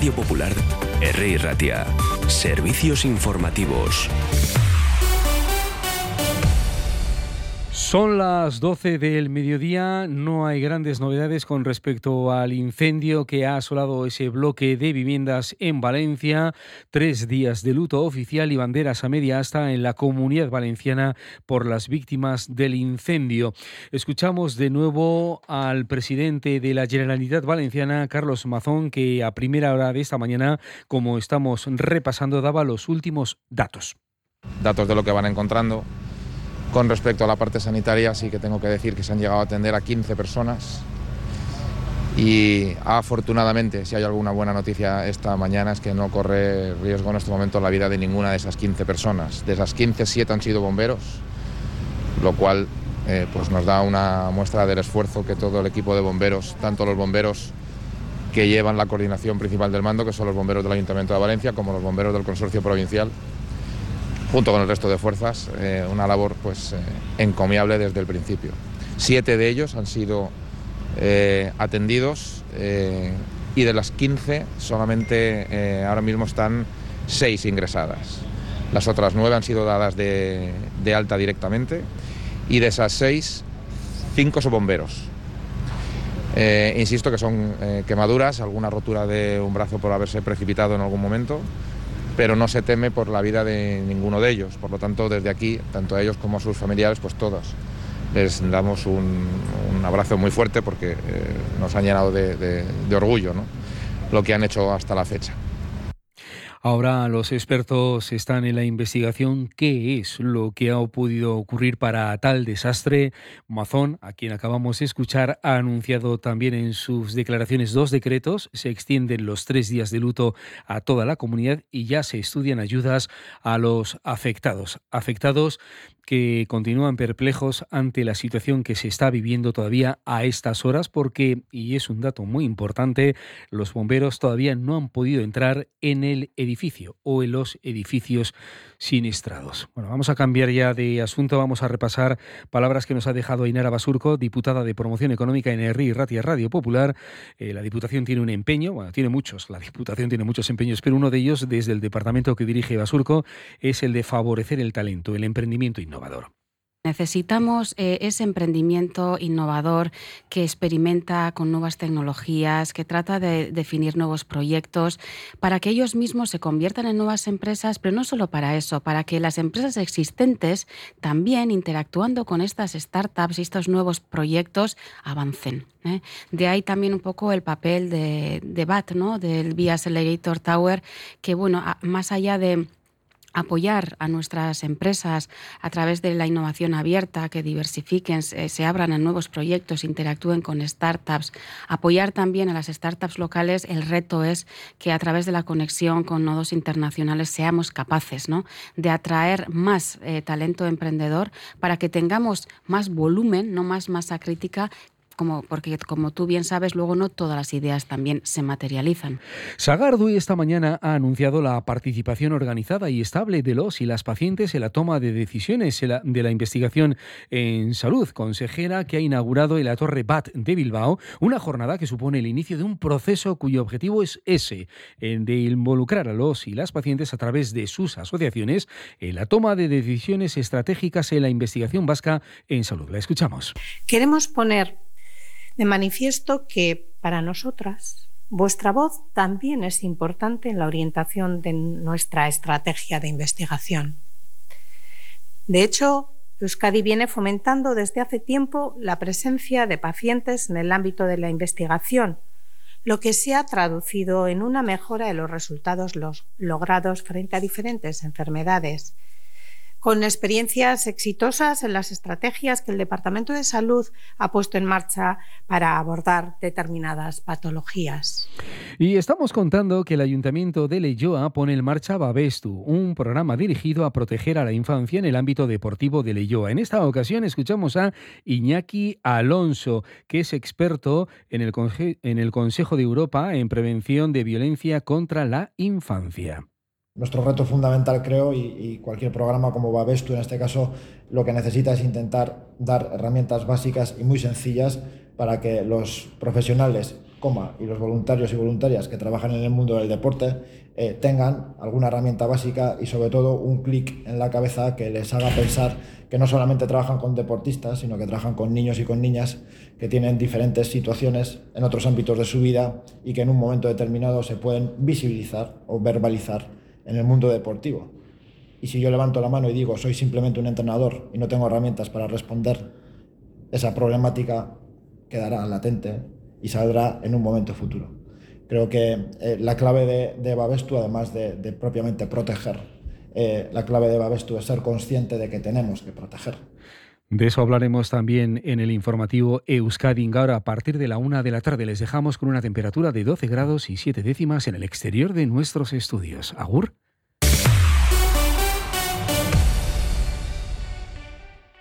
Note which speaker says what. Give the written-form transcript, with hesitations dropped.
Speaker 1: Radio Popular, R. Ratia. Servicios informativos.
Speaker 2: Son las 12 del mediodía, no hay grandes novedades con respecto al incendio que ha asolado ese bloque de viviendas en Valencia. 3 días de luto oficial y banderas a media asta en la Comunidad Valenciana por las víctimas del incendio. Escuchamos de nuevo al presidente de la Generalitat Valenciana, Carlos Mazón, que a primera hora de esta mañana, como estamos repasando, daba los últimos datos.
Speaker 3: Datos de lo que van encontrando. Con respecto a la parte sanitaria, sí que tengo que decir que se han llegado a atender a 15 personas y afortunadamente, si hay alguna buena noticia esta mañana, es que no corre riesgo en este momento la vida de ninguna de esas 15 personas. De esas 15, 7 han sido bomberos, lo cual pues nos da una muestra del esfuerzo que todo el equipo de bomberos, tanto los bomberos que llevan la coordinación principal del mando, que son los bomberos del Ayuntamiento de Valencia, como los bomberos del Consorcio Provincial, junto con el resto de fuerzas, una labor pues encomiable desde el principio. 7 de ellos han sido atendidos y de las 15 solamente ahora mismo están 6 ingresadas. Las otras 9 han sido dadas de alta directamente y de esas 6, 5 son bomberos. Insisto que son quemaduras, alguna rotura de un brazo por haberse precipitado en algún momento, pero no se teme por la vida de ninguno de ellos. Por lo tanto, desde aquí, tanto a ellos como a sus familiares, pues todos les damos un abrazo muy fuerte porque nos han llenado de orgullo, ¿no?, lo que han hecho hasta la fecha.
Speaker 2: Ahora los expertos están en la investigación. ¿Qué es lo que ha podido ocurrir para tal desastre? Mazón, a quien acabamos de escuchar, ha anunciado también en sus declaraciones 2 decretos. Se extienden los 3 días de luto a toda la comunidad y ya se estudian ayudas a los afectados. Afectados que continúan perplejos ante la situación que se está viviendo todavía a estas horas porque, y es un dato muy importante, los bomberos todavía no han podido entrar en el edificio o en los edificios siniestrados. Bueno, vamos a cambiar ya de asunto, vamos a repasar palabras que nos ha dejado Ainara Basurco, diputada de Promoción Económica en R. Ratia Radio Popular. La Diputación tiene un empeño, bueno, tiene muchos, la Diputación tiene muchos empeños, pero uno de ellos, desde el departamento que dirige Basurco, es el de favorecer el talento, el emprendimiento innovador.
Speaker 4: Necesitamos ese emprendimiento innovador que experimenta con nuevas tecnologías, que trata de definir nuevos proyectos para que ellos mismos se conviertan en nuevas empresas, pero no solo para eso, para que las empresas existentes también, interactuando con estas startups y estos nuevos proyectos, avancen. De ahí también un poco el papel de BAT, ¿no?, del Via Accelerator Tower, que bueno, más allá de apoyar a nuestras empresas a través de la innovación abierta, que diversifiquen, se abran a nuevos proyectos, interactúen con startups, apoyar también a las startups locales. El reto es que a través de la conexión con nodos internacionales seamos capaces, ¿no?, de atraer más talento emprendedor para que tengamos más volumen, no más masa crítica, porque como tú bien sabes, luego no todas las ideas también se materializan.
Speaker 2: Sagardui esta mañana ha anunciado la participación organizada y estable de los y las pacientes en la toma de decisiones de la investigación en salud. Consejera que ha inaugurado en la Torre BAT de Bilbao una jornada que supone el inicio de un proceso cuyo objetivo es ese, de involucrar a los y las pacientes a través de sus asociaciones en la toma de decisiones estratégicas en la investigación vasca en salud. La escuchamos.
Speaker 5: Queremos poner de manifiesto que para nosotras vuestra voz también es importante en la orientación de nuestra estrategia de investigación. De hecho, Euskadi viene fomentando desde hace tiempo la presencia de pacientes en el ámbito de la investigación, lo que se ha traducido en una mejora de los resultados logrados frente a diferentes enfermedades, con experiencias exitosas en las estrategias que el Departamento de Salud ha puesto en marcha para abordar determinadas patologías.
Speaker 2: Y estamos contando que el Ayuntamiento de Leioa pone en marcha Babestu, un programa dirigido a proteger a la infancia en el ámbito deportivo de Leioa. En esta ocasión escuchamos a Iñaki Alonso, que es experto en el Consejo de Europa en prevención de violencia contra la infancia.
Speaker 6: Nuestro reto fundamental, creo, y cualquier programa como Babestu, en este caso, lo que necesita es intentar dar herramientas básicas y muy sencillas para que los profesionales y los voluntarios y voluntarias que trabajan en el mundo del deporte tengan alguna herramienta básica y sobre todo un clic en la cabeza que les haga pensar que no solamente trabajan con deportistas, sino que trabajan con niños y con niñas que tienen diferentes situaciones en otros ámbitos de su vida y que en un momento determinado se pueden visibilizar o verbalizar en el mundo deportivo. Y si yo levanto la mano y digo soy simplemente un entrenador y no tengo herramientas para responder, esa problemática quedará latente y saldrá en un momento futuro. Creo que la clave de Babestu, además de propiamente proteger, la clave de Babestu es ser consciente de que tenemos que proteger.
Speaker 2: De eso hablaremos también en el informativo Euskadi Gaur a partir de la 1 de la tarde. Les dejamos con una temperatura de 12 grados y 7 décimas en el exterior de nuestros estudios. Agur.